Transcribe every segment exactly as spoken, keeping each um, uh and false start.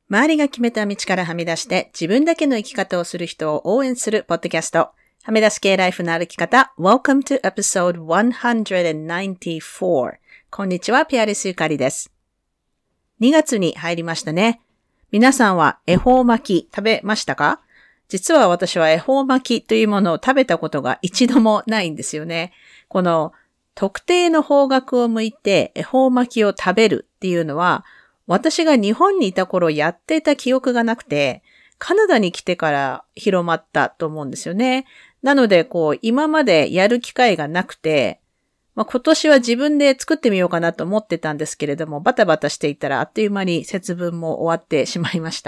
周りが決めた道からはみ出して自分だけの生き方をする人を応援するポッドキャスト。はみ出し系ライフの歩き方。Welcome to episode one ninety-four。こんにちは、ピアレスゆかりです。にがつに入りましたね。皆さんは恵方巻き食べましたか？実は私は恵方巻きというものを食べたことが一度もないんですよね。この特定の方角を向いて恵方巻きを食べるっていうのは、私が日本にいた頃やっていた記憶がなくて、カナダに来てから広まったと思うんですよね。なので、こう、今までやる機会がなくて、まあ、今年は自分で作ってみようかなと思ってたんですけれども、バタバタしていたらあっという間に節分も終わってしまいました。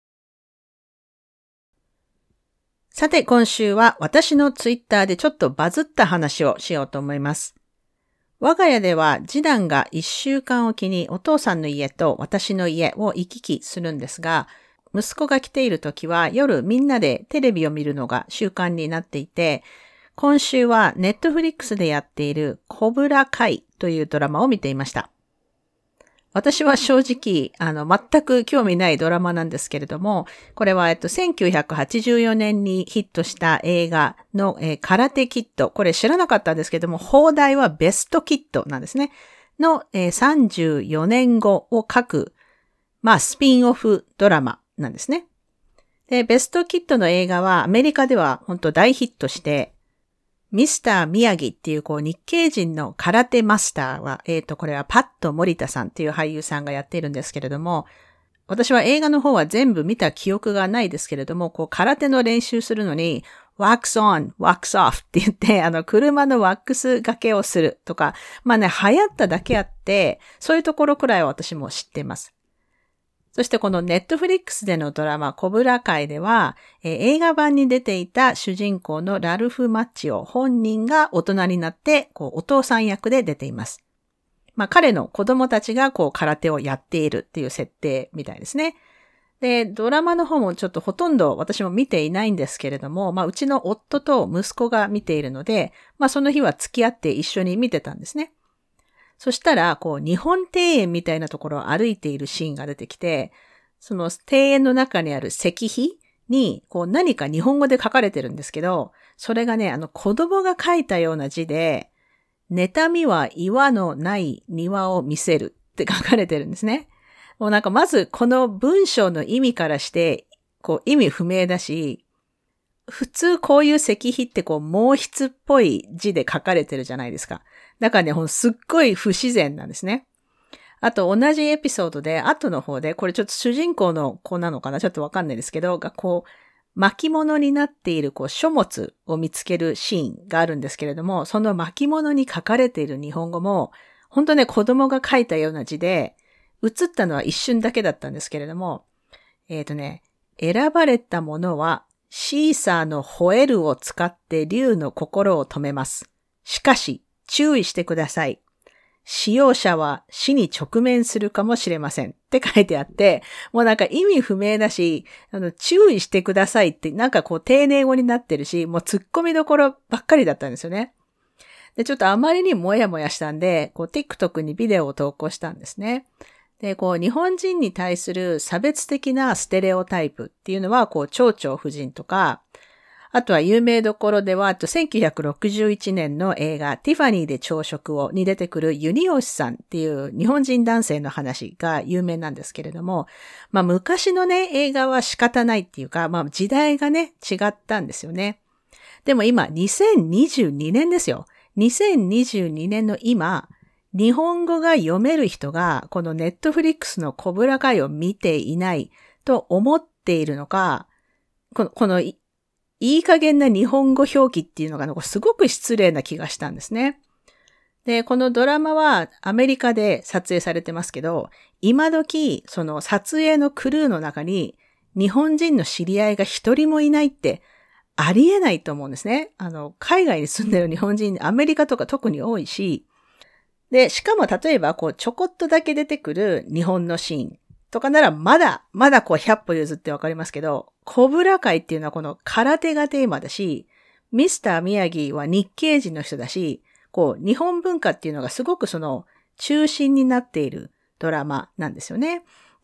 さて、今週は私のツイッターでちょっとバズった話をしようと思います。我が家では次男がいっしゅうかんおきにお父さんの家と私の家を行き来するんですが、息子が来ているときは夜みんなでテレビを見るのが習慣になっていて、今週はネットフリックスでやっているコブラカイというドラマを見ていました。私は正直、あの、全く興味ないドラマなんですけれども、これは、えっと、せんきゅうひゃくはちじゅうよねんにヒットした映画の、えー、空手キッド。これ知らなかったんですけれども、邦題はベストキッドなんですね。の、えー、さんじゅうよねんごを書く、まあ、スピンオフドラマなんですね。で、ベストキッドの映画はアメリカでは本当大ヒットして、ミスター宮城っていうこう日系人の空手マスターは、えっと、これはパット森田さんっていう俳優さんがやっているんですけれども、私は映画の方は全部見た記憶がないですけれども、こう空手の練習するのに、wax on, wax off って言って、あの、車のワックス掛けをするとか、まあね、流行っただけあって、そういうところくらいは私も知っています。そしてこのネットフリックスでのドラマコブラ会では、えー、映画版に出ていた主人公のラルフ・マッチオ本人が大人になってこうお父さん役で出ています。まあ彼の子供たちがこう空手をやっているっていう設定みたいですね。で、ドラマの方もちょっとほとんど私も見ていないんですけれども、まあうちの夫と息子が見ているので、まあその日は付き合って一緒に見てたんですね。そしたら、こう、日本庭園みたいなところを歩いているシーンが出てきて、その庭園の中にある石碑に、こう何か日本語で書かれてるんですけど、それがね、あの子供が書いたような字で、妬みは岩のない庭を見せるって書かれてるんですね。もうなんかまずこの文章の意味からして、こう意味不明だし、普通こういう石碑ってこう毛筆っぽい字で書かれてるじゃないですか。だからね、ほんすっごい不自然なんですね。あと同じエピソードで、後の方で、これちょっと主人公の子なのかなちょっとわかんないですけど、がこう、巻物になっているこう書物を見つけるシーンがあるんですけれども、その巻物に書かれている日本語も、本当ね、子供が書いたような字で、映ったのは一瞬だけだったんですけれども、えっとね、選ばれたものは、シーサーの吠えるを使って竜の心を止めます。しかし、注意してください。使用者は死に直面するかもしれませんって書いてあって、もうなんか意味不明だし、あの、注意してくださいってなんかこう丁寧語になってるし、もう突っ込みどころばっかりだったんですよね。で、ちょっとあまりにもやもやしたんで、こう TikTok にビデオを投稿したんですね。で、こう、日本人に対する差別的なステレオタイプっていうのは、こう、蝶々夫人とか、あとは有名どころでは、あとせんきゅうひゃくろくじゅういちねんの映画、ティファニーで朝食をに出てくるユニオシさんっていう日本人男性の話が有名なんですけれども、まあ昔のね、映画は仕方ないっていうか、まあ時代がね、違ったんですよね。でも今、にせんにじゅうにねんですよ。にせんにじゅうにねんの今、日本語が読める人がこのネットフリックスのコブラ会を見ていないと思っているのか、この、このいい加減な日本語表記っていうのがすごく失礼な気がしたんですね。で、このドラマはアメリカで撮影されてますけど、今時その撮影のクルーの中に日本人の知り合いが一人もいないってありえないと思うんですね。あの、海外に住んでる日本人、アメリカとか特に多いし、で、しかも例えばこうちょこっとだけ出てくる日本のシーンとかならまだ、まだこうひゃっぽ譲ってわかりますけど、コブラ会っていうのはこの空手がテーマだし、ミスター宮城は日系人の人だし、こう日本文化っていうのがすごくその中心になっているドラマなんですよね。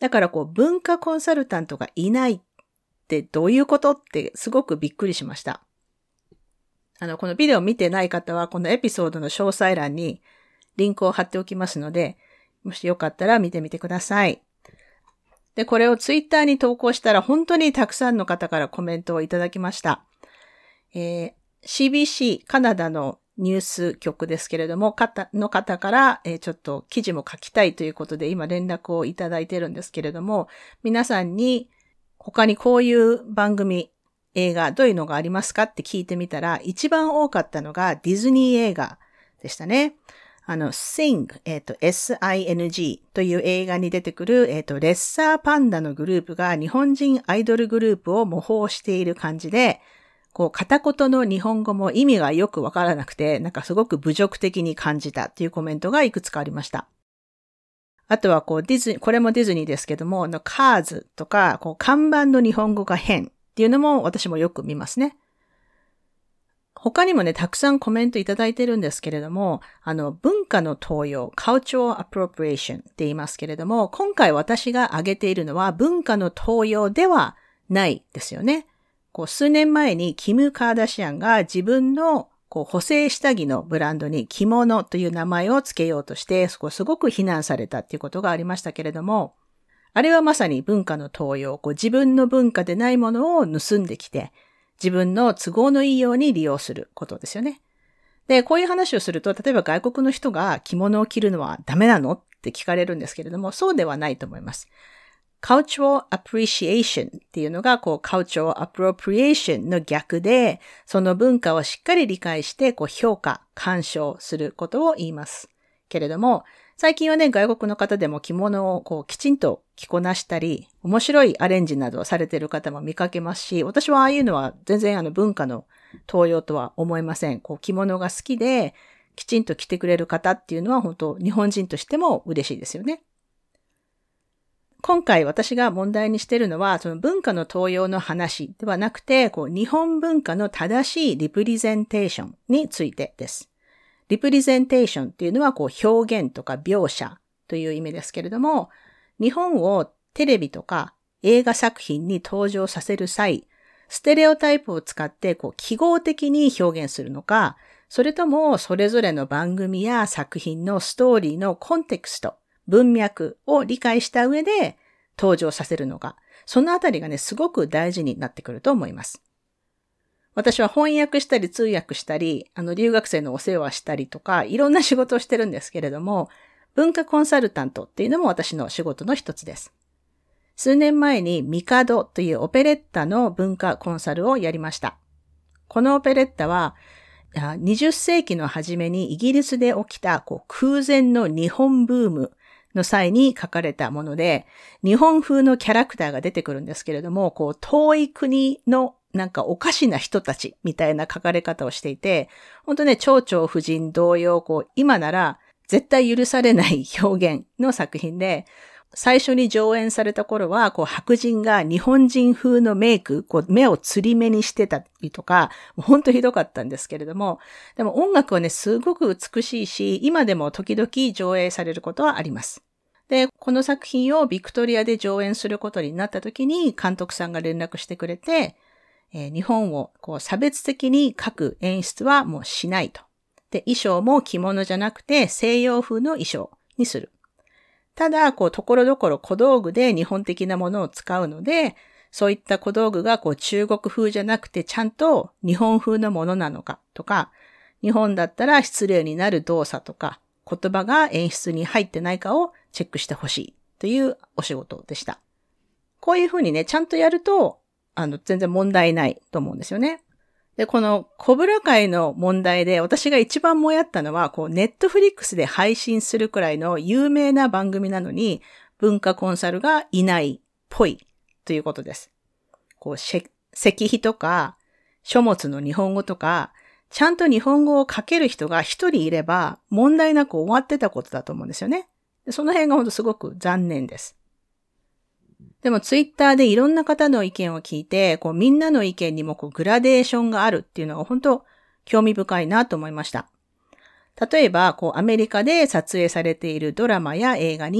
だからこう文化コンサルタントがいないってどういうことってすごくびっくりしました。あの、このビデオを見てない方はこのエピソードの詳細欄にリンクを貼っておきますので、もしよかったら見てみてください。で、これをツイッターに投稿したら本当にたくさんの方からコメントをいただきました。えー、シービーシー カナダのニュース局ですけれども、方の方から、えー、ちょっと記事も書きたいということで今連絡をいただいているんですけれども、皆さんに他にこういう番組、映画どういうのがありますかって聞いてみたら、一番多かったのがディズニー映画でしたね。あの、Sing、えっと、エスアイエヌジー という映画に出てくる、えっと、レッサーパンダのグループが日本人アイドルグループを模倣している感じで、こう、片言の日本語も意味がよくわからなくて、なんかすごく侮辱的に感じたっていうコメントがいくつかありました。あとはこう、ディズニー、これもディズニーですけども、のカーズとか、こう、看板の日本語が変っていうのも私もよく見ますね。他にもね、たくさんコメントいただいてるんですけれども、あの、文化の盗用、cultural appropriation って言いますけれども、今回私が挙げているのは文化の盗用ではないですよね。こう、数年前にキム・カーダシアンが自分のこう補正下着のブランドに着物という名前を付けようとして、そこすごく非難されたっていうことがありましたけれども、あれはまさに文化の盗用、こう自分の文化でないものを盗んできて、自分の都合のいいように利用することですよね。で、こういう話をすると、例えば外国の人が着物を着るのはダメなのって聞かれるんですけれども、そうではないと思います。cultural appreciation っていうのが、こう、cultural appropriation の逆で、その文化をしっかり理解して、こう、評価、鑑賞することを言います。けれども、最近はね、外国の方でも着物をこうきちんと着こなしたり、面白いアレンジなどをされている方も見かけますし、私はああいうのは全然あの文化の盗用とは思いません。こう着物が好きで、きちんと着てくれる方っていうのは本当日本人としても嬉しいですよね。今回私が問題にしているのは、その文化の盗用の話ではなくて、こう日本文化の正しいリプレゼンテーションについてです。リプレゼンテーションっていうのはこう表現とか描写という意味ですけれども、日本をテレビとか映画作品に登場させる際、ステレオタイプを使ってこう記号的に表現するのか、それともそれぞれの番組や作品のストーリーのコンテクスト、文脈を理解した上で登場させるのか、そのあたりがね、すごく大事になってくると思います。私は翻訳したり通訳したり、あの留学生のお世話したりとか、いろんな仕事をしてるんですけれども、文化コンサルタントっていうのも私の仕事の一つです。数年前にミカドというオペレッタの文化コンサルをやりました。このオペレッタは、にじゅっ世紀の初めにイギリスで起きたこう空前の日本ブームの際に書かれたもので、日本風のキャラクターが出てくるんですけれども、こう遠い国のなんかおかしな人たちみたいな書かれ方をしていて、本当ね、蝶々夫人同様、こう、今なら絶対許されない表現の作品で、最初に上演された頃は、こう、白人が日本人風のメイク、こう、目をつり目にしてたりとか、本当ひどかったんですけれども、でも音楽はね、すごく美しいし、今でも時々上映されることはあります。で、この作品をビクトリアで上演することになった時に、監督さんが連絡してくれて、えー、日本をこう差別的に描く演出はもうしないと。で、衣装も着物じゃなくて西洋風の衣装にする。ただ、こう、ところどころ小道具で日本的なものを使うので、そういった小道具がこう中国風じゃなくてちゃんと日本風のものなのかとか、日本だったら失礼になる動作とか、言葉が演出に入ってないかをチェックしてほしいというお仕事でした。こういうふうにね、ちゃんとやると、あの、全然問題ないと思うんですよね。で、このコブラ会の問題で私が一番もやったのは、こう、ネットフリックスで配信するくらいの有名な番組なのに、文化コンサルがいないっぽいということです。こう、石碑とか、書物の日本語とか、ちゃんと日本語を書ける人が一人いれば、問題なく終わってたことだと思うんですよね。でその辺が本当すごく残念です。でもツイッターでいろんな方の意見を聞いて、こうみんなの意見にもこうグラデーションがあるっていうのが本当興味深いなと思いました。例えば、こうアメリカで撮影されているドラマや映画に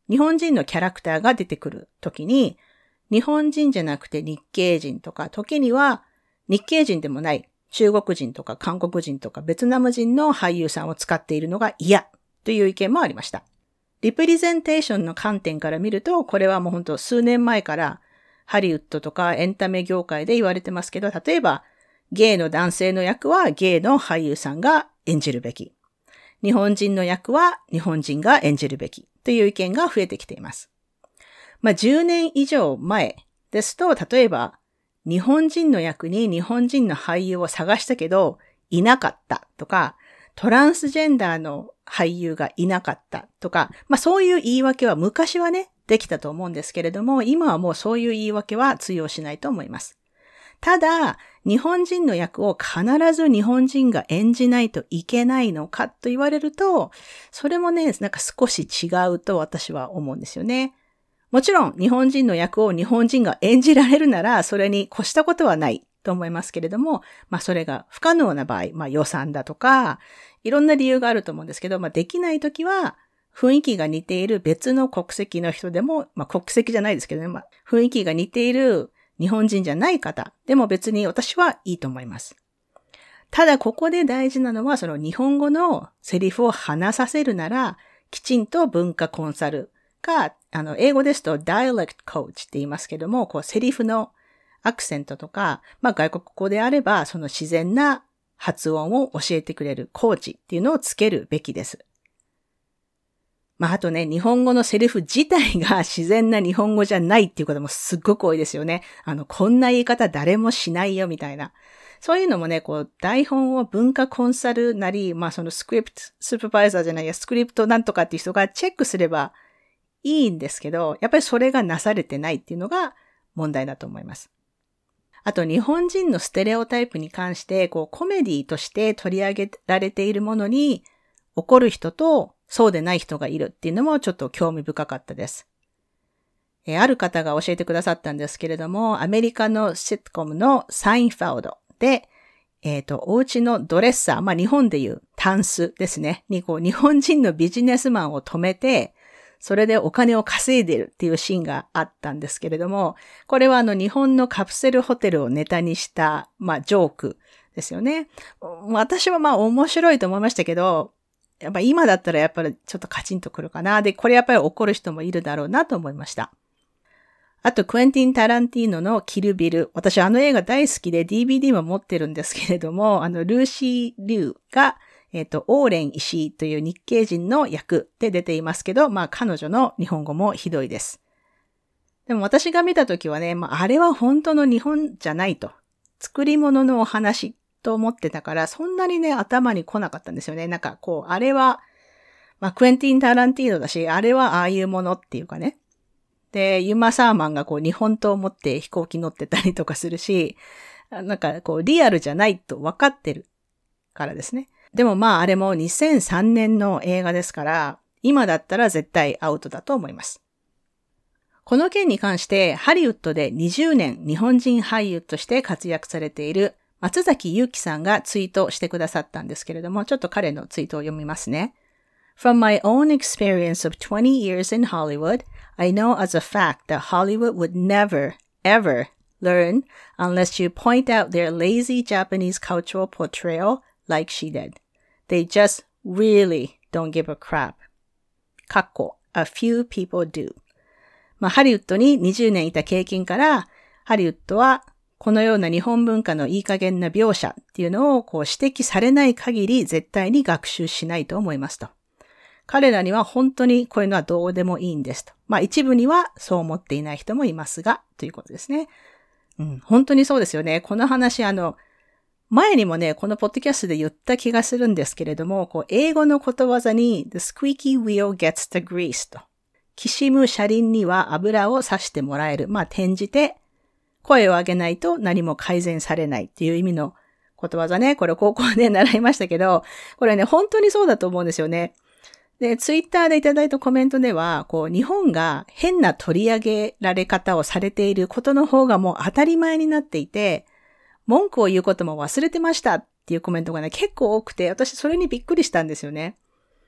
日本人のキャラクターが出てくるときに、日本人じゃなくて日系人とか、時には日系人でもない中国人とか韓国人とかベトナム人の俳優さんを使っているのが嫌という意見もありました。リプレゼンテーションの観点から見ると、これはもう本当数年前からハリウッドとかエンタメ業界で言われてますけど、例えばゲイの男性の役はゲイの俳優さんが演じるべき。日本人の役は日本人が演じるべきという意見が増えてきています。まあじゅうねん以上前ですと、例えば日本人の役に日本人の俳優を探したけどいなかったとか、トランスジェンダーの俳優がいなかったとか、まあそういう言い訳は昔はね、できたと思うんですけれども、今はもうそういう言い訳は通用しないと思います。ただ、日本人の役を必ず日本人が演じないといけないのかと言われると、それもね、なんか少し違うと私は思うんですよね。もちろん、日本人の役を日本人が演じられるなら、それに越したことはないと思いますけれども、まあそれが不可能な場合、まあ予算だとか、いろんな理由があると思うんですけど、まあできないときは、雰囲気が似ている別の国籍の人でも、まあ国籍じゃないですけどね、まあ雰囲気が似ている日本人じゃない方でも別に私はいいと思います。ただここで大事なのは、その日本語のセリフを話させるなら、きちんと文化コンサルか、あの、英語ですと dialect coach って言いますけども、こうセリフのアクセントとか、まあ外国語であれば、その自然な発音を教えてくれるコーチっていうのをつけるべきです。まあ、あとね、日本語のセリフ自体が自然な日本語じゃないっていうこともすっごく多いですよね。あの、こんな言い方誰もしないよみたいな。そういうのもね、こう、台本を文化コンサルなり、まあそのスクリプト、スーパーバイザーじゃないや、スクリプトなんとかっていう人がチェックすればいいんですけど、やっぱりそれがなされてないっていうのが問題だと思います。あと、日本人のステレオタイプに関して、こう、コメディとして取り上げられているものに怒る人と、そうでない人がいるっていうのもちょっと興味深かったです。えー、ある方が教えてくださったんですけれども、アメリカのシットコムのサインフェルドで、えっと、お家のドレッサー、まあ日本でいうタンスですね、にこう日本人のビジネスマンを止めて、それでお金を稼いでるっていうシーンがあったんですけれども、これはあの日本のカプセルホテルをネタにした、まあジョークですよね。私はまあ面白いと思いましたけど、やっぱ今だったらやっぱりちょっとカチンとくるかな。で、これやっぱり怒る人もいるだろうなと思いました。あと、クエンティン・タランティーノのキルビル。私あの映画大好きで ディーブイディー も持ってるんですけれども、あの、ルーシー・リュウが、えっと、オーレン・石井という日系人の役で出ていますけど、まあ彼女の日本語もひどいです。でも私が見たときはね、まああれは本当の日本じゃないと。作り物のお話。と思ってたから、そんなにね、頭に来なかったんですよね。なんか、こう、あれは、まあ、クエンティン・タランティーノだし、あれはああいうものっていうかね。で、ユマ・サーマンがこう、日本刀を持って飛行機乗ってたりとかするし、なんか、こう、リアルじゃないと分かってるからですね。でもまあ、あれもにせんさんねんの映画ですから、今だったら絶対アウトだと思います。この件に関して、ハリウッドでにじゅうねん日本人俳優として活躍されている松崎祐樹さんがツイートしてくださったんですけれども、ちょっと彼のツイートを読みますね。From my own experience of twenty years in Hollywood, I know as a fact that Hollywood would never, ever learn unless you point out their lazy Japanese cultural portrayal like she did. They just really don't give a crap. かっこ a few people do. まあ、ハリウッドににじゅうねんいた経験から、ハリウッドはこのような日本文化のいい加減な描写っていうのをこう指摘されない限り絶対に学習しないと思いますと。彼らには本当にこういうのはどうでもいいんですと。まあ一部にはそう思っていない人もいますが、ということですね。うん、本当にそうですよね。この話あの、前にもね、このポッドキャストで言った気がするんですけれども、こう英語のことわざに The squeaky wheel gets the grease と。きしむ車輪には油をさしてもらえる。まあ転じて、声を上げないと何も改善されないっていう意味のことわざね。これ高校で習いましたけど、これね、本当にそうだと思うんですよね。で、ツイッターでいただいたコメントでは、こう、日本が変な取り上げられ方をされていることの方がもう当たり前になっていて、文句を言うことも忘れてましたっていうコメントがね、結構多くて、私それにびっくりしたんですよね。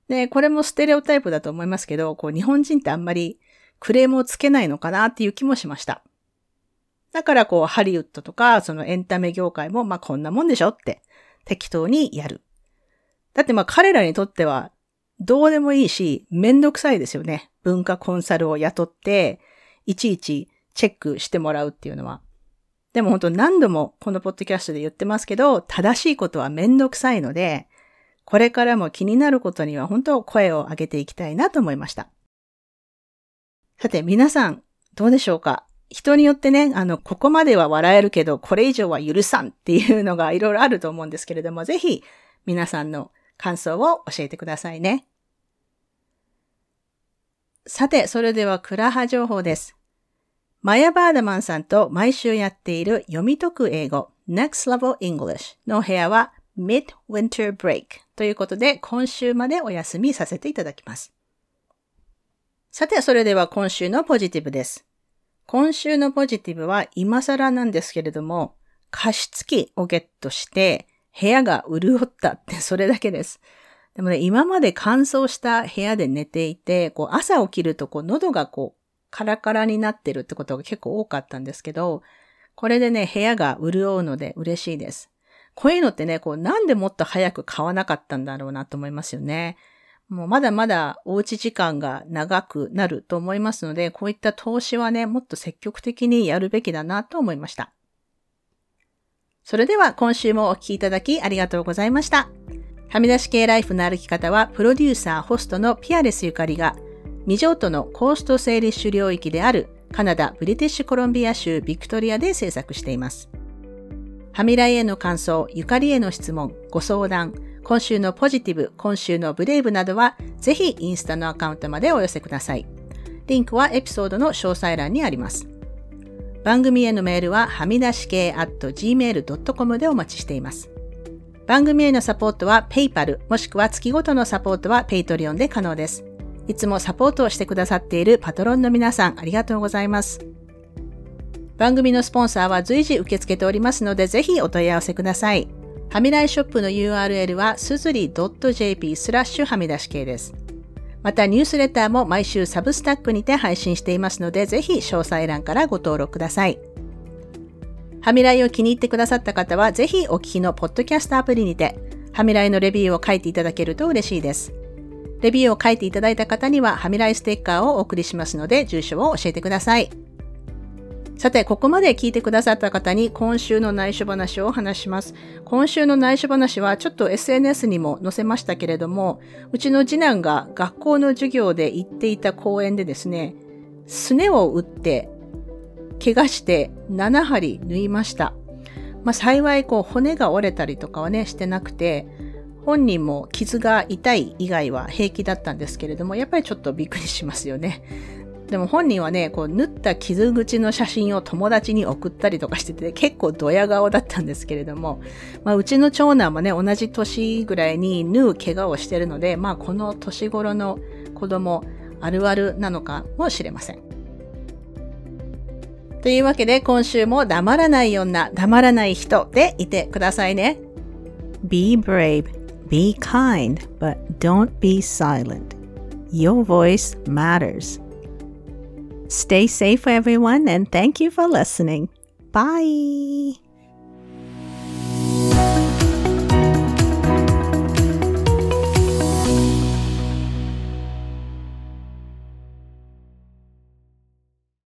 で、これもステレオタイプだと思いますけど、こう日本人ってあんまりクレームをつけないのかなっていう気もしました。だからこうハリウッドとかそのエンタメ業界もまあこんなもんでしょって適当にやる。だってまあ彼らにとってはどうでもいいしめんどくさいですよね。文化コンサルを雇っていちいちチェックしてもらうっていうのは。でも本当何度もこのポッドキャストで言ってますけど、正しいことはめんどくさいので、これからも気になることには本当声を上げていきたいなと思いました。さて皆さんどうでしょうか？人によってね、あの、ここまでは笑えるけど、これ以上は許さんっていうのがいろいろあると思うんですけれども、ぜひ皆さんの感想を教えてくださいね。さて、それではクラハ情報です。マヤ・バーダマンさんと毎週やっている読み解く英語 Next Level English の部屋は Mid-Winter Break ということで今週までお休みさせていただきます。さて、それでは今週のポジティブです。今週のポジティブは今更なんですけれども、加湿器をゲットして部屋が潤ったってそれだけです。でもね、今まで乾燥した部屋で寝ていて、こう朝起きるとこう喉がこうカラカラになってるってことが結構多かったんですけど、これでね、部屋が潤うので嬉しいです。こういうのってね、こうなんでもっと早く買わなかったんだろうなと思いますよね。もうまだまだおうち時間が長くなると思いますので、こういった投資はね、もっと積極的にやるべきだなと思いました。それでは今週もお聞きいただきありがとうございました。はみ出し系ライフの歩き方は、プロデューサー、ホストのピアレスゆかりが、未譲渡のコーストセーリッシュ領域であるカナダ・ブリティッシュコロンビア州ビクトリアで制作しています。はみらいへの感想、ゆかりへの質問、ご相談、今週のポジティブ、今週のブレイブなどは、ぜひインスタのアカウントまでお寄せください。リンクはエピソードの詳細欄にあります。番組へのメールは、はみ出し系 アットジーメールドットコム でお待ちしています。番組へのサポートは PayPal、もしくは月ごとのサポートは Patreon で可能です。いつもサポートをしてくださっているパトロンの皆さん、ありがとうございます。番組のスポンサーは随時受け付けておりますので、ぜひお問い合わせください。はみらいショップの ユーアールエル は すずり .jp スラッシュはみ出し系です。またニュースレターも毎週サブスタックにて配信していますので、ぜひ詳細欄からご登録ください。はみらいを気に入ってくださった方は、ぜひお聞きのポッドキャストアプリにて、はみらいのレビューを書いていただけると嬉しいです。レビューを書いていただいた方には、はみらいステッカーをお送りしますので、住所を教えてください。さて、ここまで聞いてくださった方に今週の内緒話を話します。今週の内緒話はちょっと エスエヌエス にも載せましたけれども、うちの次男が学校の授業で行っていた公園でですね、すねを打って怪我してななはり縫いました。まあ幸いこう骨が折れたりとかはねしてなくて、本人も傷が痛い以外は平気だったんですけれども、やっぱりちょっとびっくりしますよね。でも本人はね、こう縫った傷口の写真を友達に送ったりとかしてて、結構ドヤ顔だったんですけれども、まあうちの長男もね、同じ年ぐらいに縫う怪我をしてるので、まあこの年頃の子供あるあるなのかもしれません。というわけで今週も黙らない女、黙らない人でいてくださいね。Be brave, be kind, but don't be silent. Your voice matters.Stay safe, everyone, and thank you for listening. Bye.